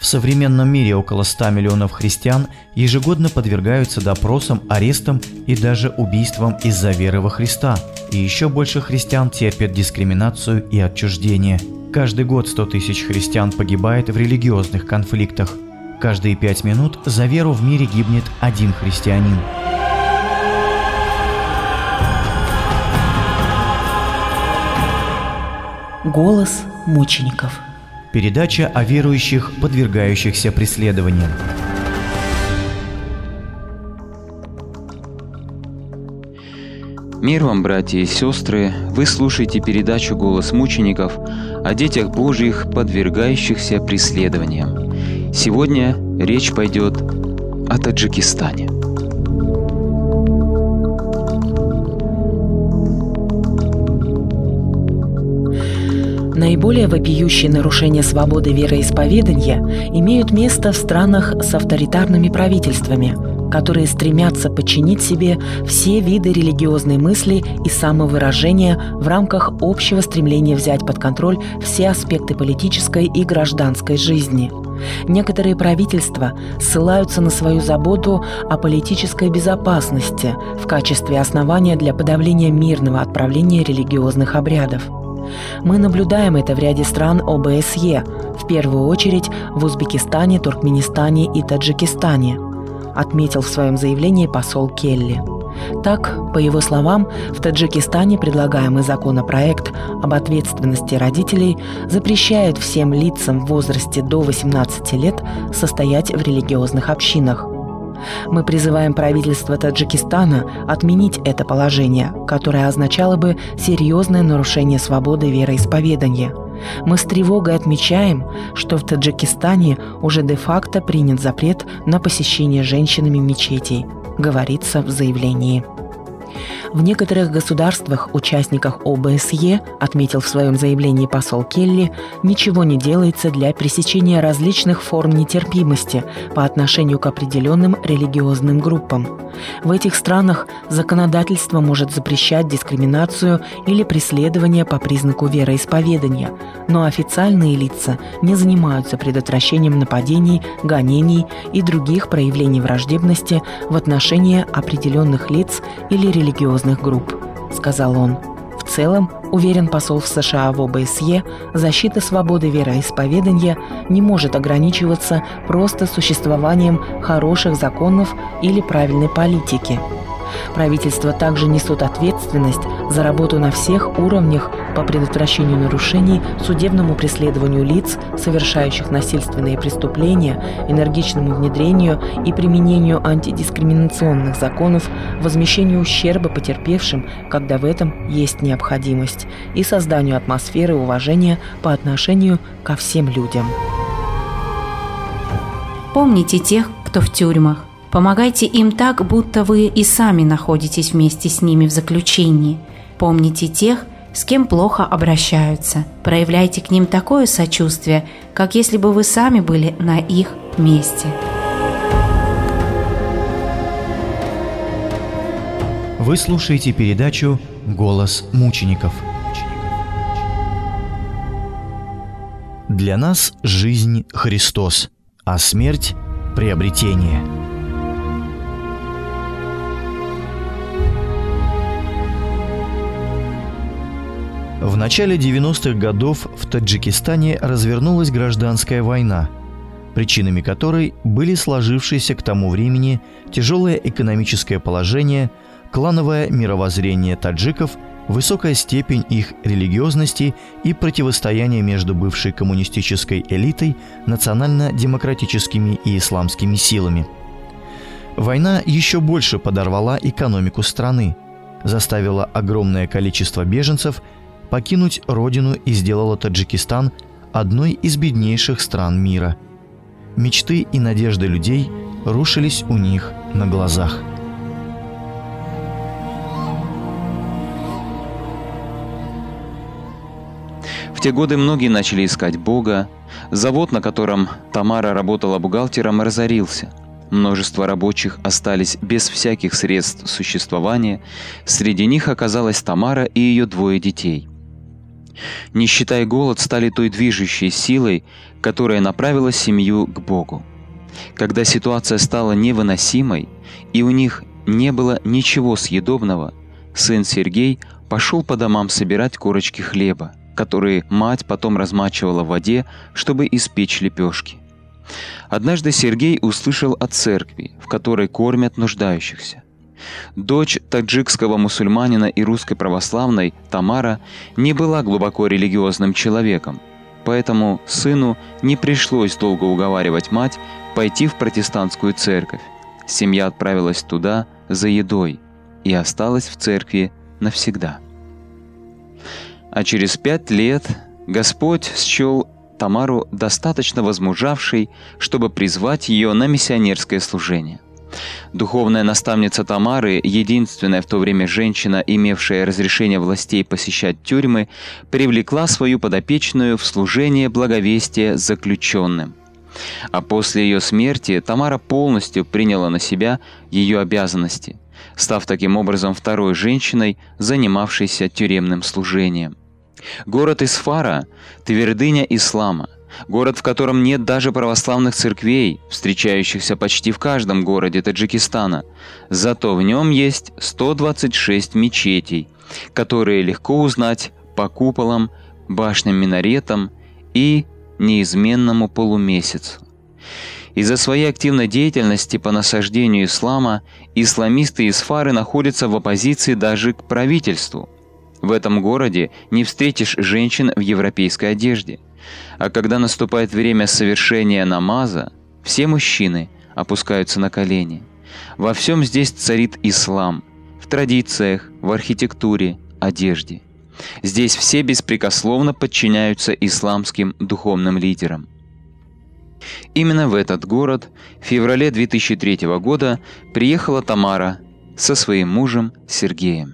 современном мире около 100 миллионов христиан ежегодно подвергаются допросам, арестам и даже убийствам из-за веры во Христа, и еще больше христиан терпят дискриминацию и отчуждение. Каждый год 100 тысяч христиан погибает в религиозных конфликтах. Каждые 5 минут за веру в мире гибнет один христианин. Голос мучеников. Передача о верующих, подвергающихся преследованиям. Мир вам, братья и сестры! Вы слушаете передачу «Голос мучеников» о детях Божьих, подвергающихся преследованиям. Сегодня речь пойдет о Таджикистане. Наиболее вопиющие нарушения свободы вероисповедания имеют место в странах с авторитарными правительствами, которые стремятся подчинить себе все виды религиозной мысли и самовыражения в рамках общего стремления взять под контроль все аспекты политической и гражданской жизни. Некоторые правительства ссылаются на свою заботу о политической безопасности в качестве основания для подавления мирного отправления религиозных обрядов. Мы наблюдаем это в ряде стран ОБСЕ, в первую очередь в Узбекистане, Туркменистане и Таджикистане, отметил в своем заявлении посол Келли. Так, по его словам, в Таджикистане предлагаемый законопроект об ответственности родителей запрещает всем лицам в возрасте до 18 лет состоять в религиозных общинах. Мы призываем правительство Таджикистана отменить это положение, которое означало бы серьезное нарушение свободы вероисповедания. Мы с тревогой отмечаем, что в Таджикистане уже де-факто принят запрет на посещение женщинами мечетей, говорится в заявлении. В некоторых государствах, участниках ОБСЕ, отметил в своем заявлении посол Келли, ничего не делается для пресечения различных форм нетерпимости по отношению к определенным религиозным группам. В этих странах законодательство может запрещать дискриминацию или преследование по признаку вероисповедания, но официальные лица не занимаются предотвращением нападений, гонений и других проявлений враждебности в отношении определенных лиц или религиозных групп, сказал он. В целом, уверен посол в США в ОБСЕ, защита свободы вероисповедания не может ограничиваться просто существованием хороших законов или правильной политики. Правительства также несут ответственность за работу на всех уровнях по предотвращению нарушений, судебному преследованию лиц, совершающих насильственные преступления, энергичному внедрению и применению антидискриминационных законов, возмещению ущерба потерпевшим, когда в этом есть необходимость, и созданию атмосферы уважения по отношению ко всем людям. Помните тех, кто в тюрьмах. Помогайте им так, будто вы и сами находитесь вместе с ними в заключении. Помните тех, с кем плохо обращаются. Проявляйте к ним такое сочувствие, как если бы вы сами были на их месте. Вы слушаете передачу «Голос мучеников». Для нас жизнь – Христос, а смерть – приобретение. В начале 90-х годов в Таджикистане развернулась гражданская война, причинами которой были сложившееся к тому времени тяжелое экономическое положение, клановое мировоззрение таджиков, высокая степень их религиозности и противостояние между бывшей коммунистической элитой, национально-демократическими и исламскими силами. Война еще больше подорвала экономику страны, заставила огромное количество беженцев покинуть родину и сделала Таджикистан одной из беднейших стран мира. Мечты и надежды людей рушились у них на глазах. В те годы многие начали искать Бога. Завод, на котором Тамара работала бухгалтером, разорился. Множество рабочих остались без всяких средств существования. Среди них оказалась Тамара и ее 2 детей. Нищета и голод стали той движущей силой, которая направила семью к Богу. Когда ситуация стала невыносимой, и у них не было ничего съедобного, сын Сергей пошел по домам собирать корочки хлеба, которые мать потом размачивала в воде, чтобы испечь лепешки. Однажды Сергей услышал о церкви, в которой кормят нуждающихся. Дочь таджикского мусульманина и русской православной Тамара не была глубоко религиозным человеком, поэтому сыну не пришлось долго уговаривать мать пойти в протестантскую церковь. Семья отправилась туда за едой и осталась в церкви навсегда. А через 5 лет Господь счел Тамару достаточно возмужавшей, чтобы призвать ее на миссионерское служение. Духовная наставница Тамары, единственная в то время женщина, имевшая разрешение властей посещать тюрьмы, привлекла свою подопечную в служение благовестия заключенным. А после ее смерти Тамара полностью приняла на себя ее обязанности, став таким образом второй женщиной, занимавшейся тюремным служением. Город Исфара – твердыня ислама, город, в котором нет даже православных церквей, встречающихся почти в каждом городе Таджикистана. Зато в нем есть 126 мечетей, которые легко узнать по куполам, башням минаретам и неизменному полумесяцу. Из-за своей активной деятельности по насаждению ислама исламисты Исфары находятся в оппозиции даже к правительству. В этом городе не встретишь женщин в европейской одежде. А когда наступает время совершения намаза, все мужчины опускаются на колени. Во всем здесь царит ислам, в традициях, в архитектуре, одежде. Здесь все беспрекословно подчиняются исламским духовным лидерам. Именно в этот город в феврале 2003 года приехала Тамара со своим мужем Сергеем.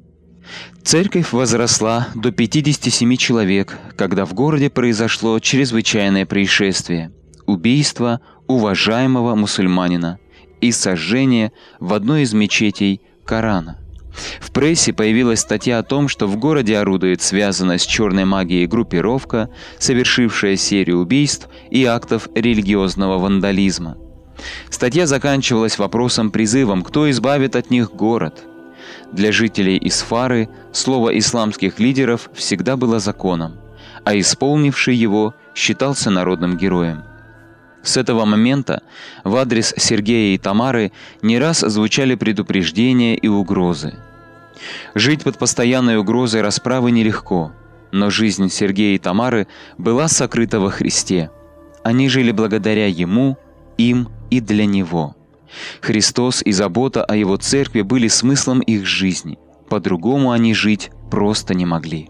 Церковь возросла до 57 человек, когда в городе произошло чрезвычайное происшествие – убийство уважаемого мусульманина и сожжение в одной из мечетей Корана. В прессе появилась статья о том, что в городе орудует связанная с черной магией группировка, совершившая серию убийств и актов религиозного вандализма. Статья заканчивалась вопросом-призывом, кто избавит от них город. Для жителей Исфары слово исламских лидеров всегда было законом, а исполнивший его считался народным героем. С этого момента в адрес Сергея и Тамары не раз звучали предупреждения и угрозы. Жить под постоянной угрозой расправы нелегко, но жизнь Сергея и Тамары была сокрыта во Христе. Они жили благодаря Ему, им и для Него. Христос и забота о Его церкви были смыслом их жизни. По-другому они жить просто не могли.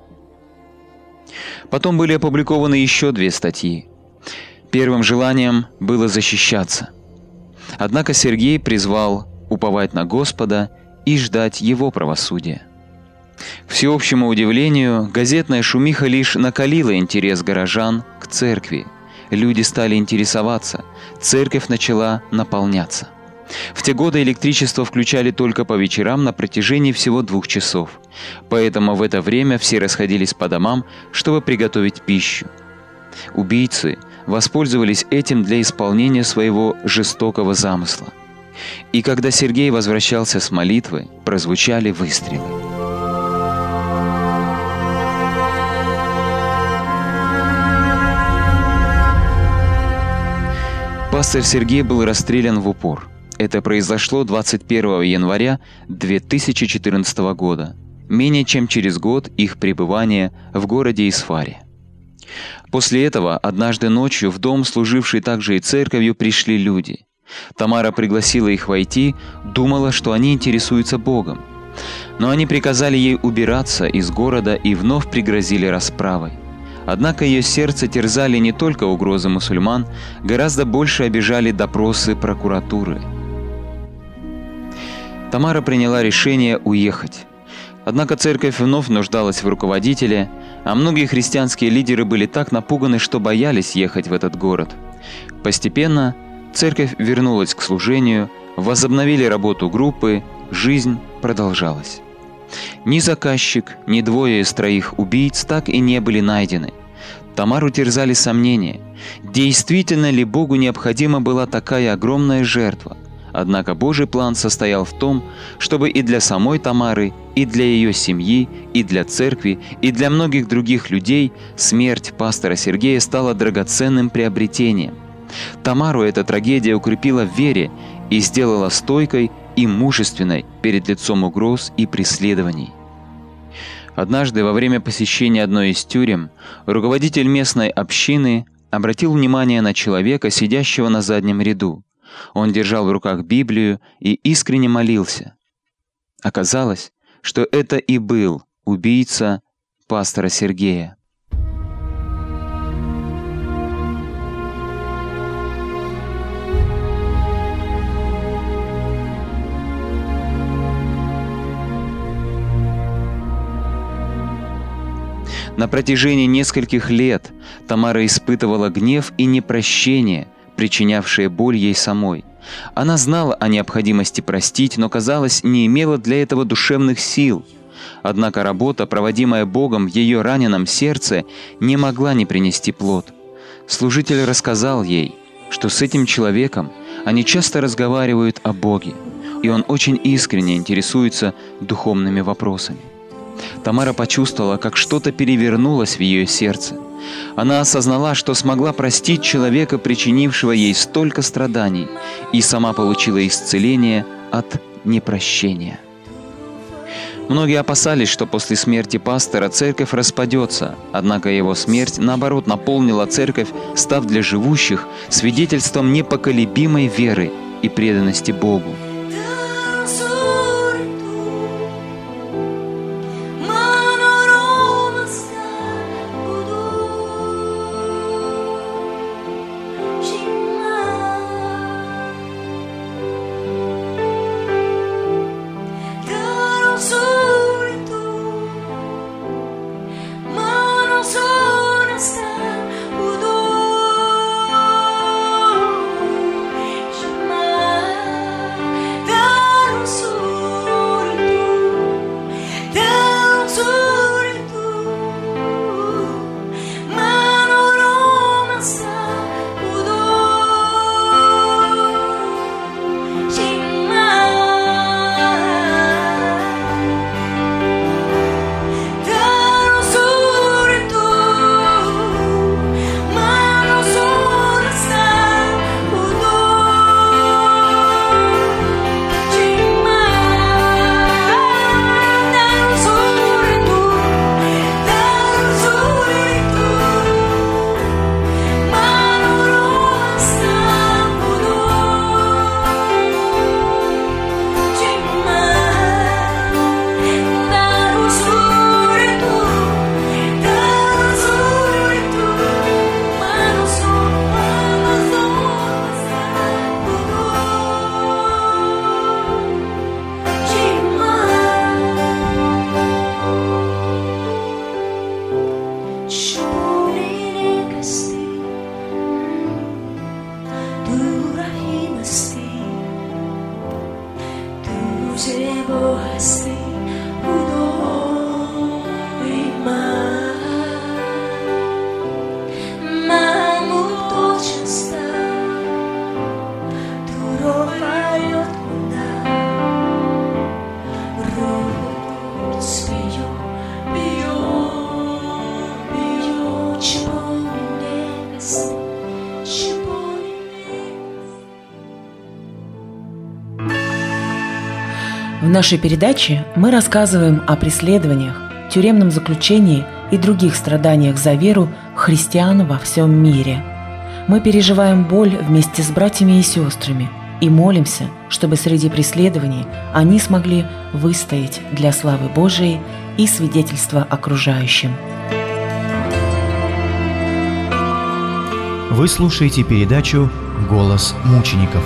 Потом были опубликованы еще 2 статьи. Первым желанием было защищаться. Однако Сергей призвал уповать на Господа и ждать Его правосудия. К всеобщему удивлению, газетная шумиха лишь накалила интерес горожан к церкви. Люди стали интересоваться, церковь начала наполняться. В те годы электричество включали только по вечерам на протяжении всего 2 часов, поэтому в это время все расходились по домам, чтобы приготовить пищу. Убийцы воспользовались этим для исполнения своего жестокого замысла. И когда Сергей возвращался с молитвы, прозвучали выстрелы. Пастор Сергей был расстрелян в упор. Это произошло 21 января 2014 года, менее чем через год их пребывания в городе Исфаре. После этого однажды ночью в дом, служивший также и церковью, пришли люди. Тамара пригласила их войти, думала, что они интересуются Богом. Но они приказали ей убираться из города и вновь пригрозили расправой. Однако ее сердце терзали не только угрозы мусульман, гораздо больше обижали допросы прокуратуры. Тамара приняла решение уехать. Однако церковь вновь нуждалась в руководителе, а многие христианские лидеры были так напуганы, что боялись ехать в этот город. Постепенно церковь вернулась к служению, возобновили работу группы, жизнь продолжалась. Ни заказчик, ни двое из троих убийц так и не были найдены. Тамару терзали сомнения, действительно ли Богу необходима была такая огромная жертва. Однако Божий план состоял в том, чтобы и для самой Тамары, и для ее семьи, и для церкви, и для многих других людей смерть пастора Сергея стала драгоценным приобретением. Тамару эта трагедия укрепила в вере и сделала стойкой и мужественной перед лицом угроз и преследований. Однажды во время посещения одной из тюрем руководитель местной общины обратил внимание на человека, сидящего на заднем ряду. Он держал в руках Библию и искренне молился. Оказалось, что это и был убийца пастора Сергея. На протяжении нескольких лет Тамара испытывала гнев и непрощение, причинявшие боль ей самой. Она знала о необходимости простить, но, казалось, не имела для этого душевных сил. Однако работа, проводимая Богом в ее раненом сердце, не могла не принести плод. Служитель рассказал ей, что с этим человеком они часто разговаривают о Боге, и он очень искренне интересуется духовными вопросами. Тамара почувствовала, как что-то перевернулось в ее сердце. Она осознала, что смогла простить человека, причинившего ей столько страданий, и сама получила исцеление от непрощения. Многие опасались, что после смерти пастора церковь распадется, однако его смерть, наоборот, наполнила церковь, став для живущих свидетельством непоколебимой веры и преданности Богу. В нашей передаче мы рассказываем о преследованиях, тюремном заключении и других страданиях за веру христиан во всем мире. Мы переживаем боль вместе с братьями и сестрами и молимся, чтобы среди преследований они смогли выстоять для славы Божией и свидетельства окружающим. Вы слушаете передачу «Голос мучеников».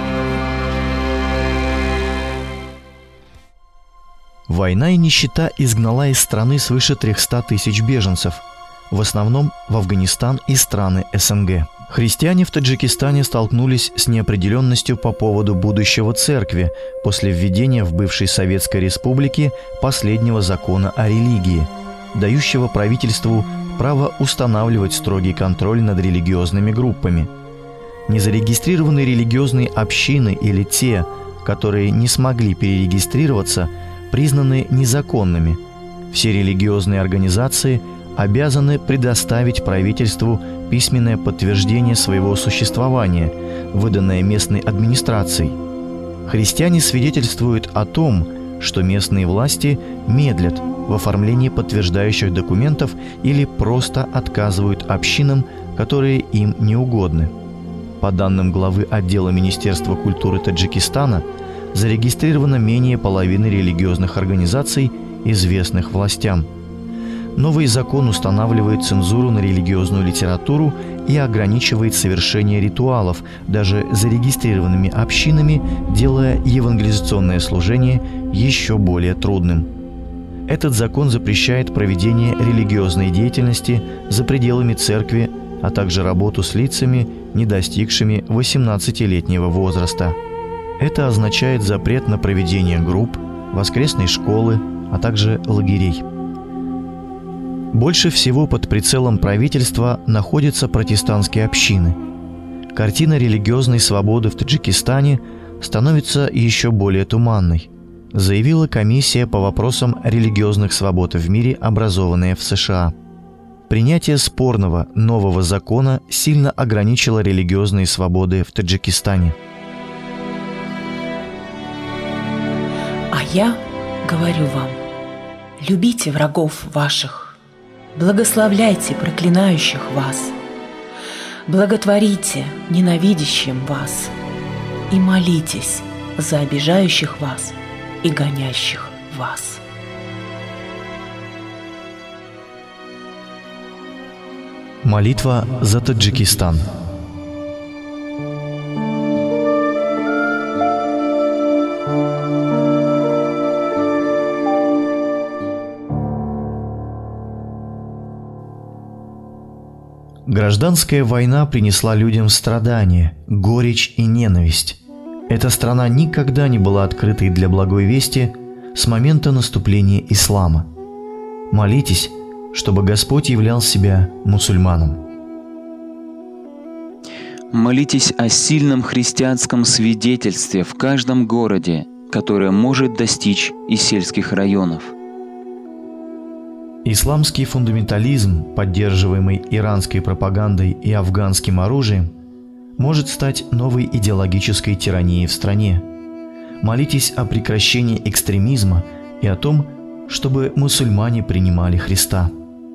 Война и нищета изгнала из страны свыше 300 тысяч беженцев, в основном в Афганистан и страны СНГ. Христиане в Таджикистане столкнулись с неопределенностью по поводу будущего церкви после введения в бывшей Советской Республике последнего закона о религии, дающего правительству право устанавливать строгий контроль над религиозными группами. Незарегистрированные религиозные общины или те, которые не смогли перерегистрироваться, признаны незаконными. Все религиозные организации обязаны предоставить правительству письменное подтверждение своего существования, выданное местной администрацией. Христиане свидетельствуют о том, что местные власти медлят в оформлении подтверждающих документов или просто отказывают общинам, которые им не угодны. По данным главы отдела Министерства культуры Таджикистана, зарегистрировано менее половины религиозных организаций, известных властям. Новый закон устанавливает цензуру на религиозную литературу и ограничивает совершение ритуалов даже зарегистрированными общинами, делая евангелизационное служение еще более трудным. Этот закон запрещает проведение религиозной деятельности за пределами церкви, а также работу с лицами, не достигшими 18-летнего возраста. Это означает запрет на проведение групп, воскресной школы, а также лагерей. Больше всего под прицелом правительства находятся протестантские общины. Картина религиозной свободы в Таджикистане становится еще более туманной, заявила комиссия по вопросам религиозных свобод в мире, образованная в США. Принятие спорного нового закона сильно ограничило религиозные свободы в Таджикистане. А я говорю вам, любите врагов ваших, благословляйте проклинающих вас, благотворите ненавидящим вас и молитесь за обижающих вас и гонящих вас. Молитва за Таджикистан. Гражданская война принесла людям страдания, горечь и ненависть. Эта страна никогда не была открытой для благой вести с момента наступления ислама. Молитесь, чтобы Господь являл себя мусульманам. Молитесь о сильном христианском свидетельстве в каждом городе, которое может достичь и сельских районов. Исламский фундаментализм, поддерживаемый иранской пропагандой и афганским оружием, может стать новой идеологической тиранией в стране. Молитесь о прекращении экстремизма и о том, чтобы мусульмане принимали Христа.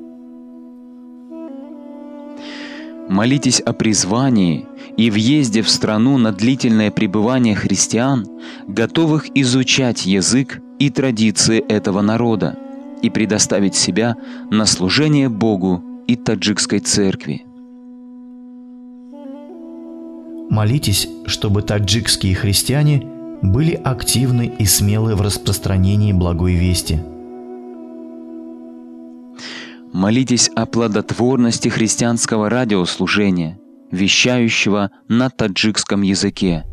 Молитесь о призвании и въезде в страну на длительное пребывание христиан, готовых изучать язык и традиции этого народа и предоставить себя на служение Богу и таджикской церкви. Молитесь, чтобы таджикские христиане были активны и смелы в распространении благой вести. Молитесь о плодотворности христианского радиослужения, вещающего на таджикском языке.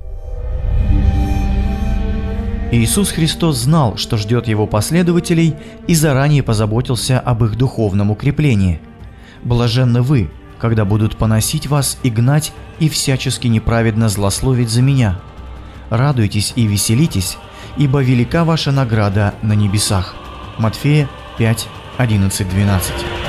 Иисус Христос знал, что ждет Его последователей, и заранее позаботился об их духовном укреплении. Блаженны вы, когда будут поносить вас и гнать, и всячески неправедно злословить за Меня. Радуйтесь и веселитесь, ибо велика ваша награда на небесах. Матфея 5, 11, 12.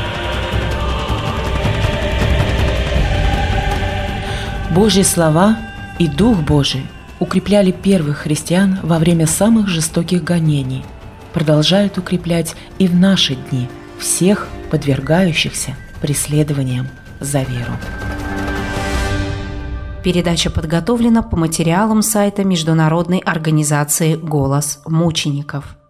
Божьи слова и Дух Божий укрепляли первых христиан во время самых жестоких гонений, продолжают укреплять и в наши дни всех подвергающихся преследованиям за веру. Передача подготовлена по материалам сайта Международной организации «Голос мучеников».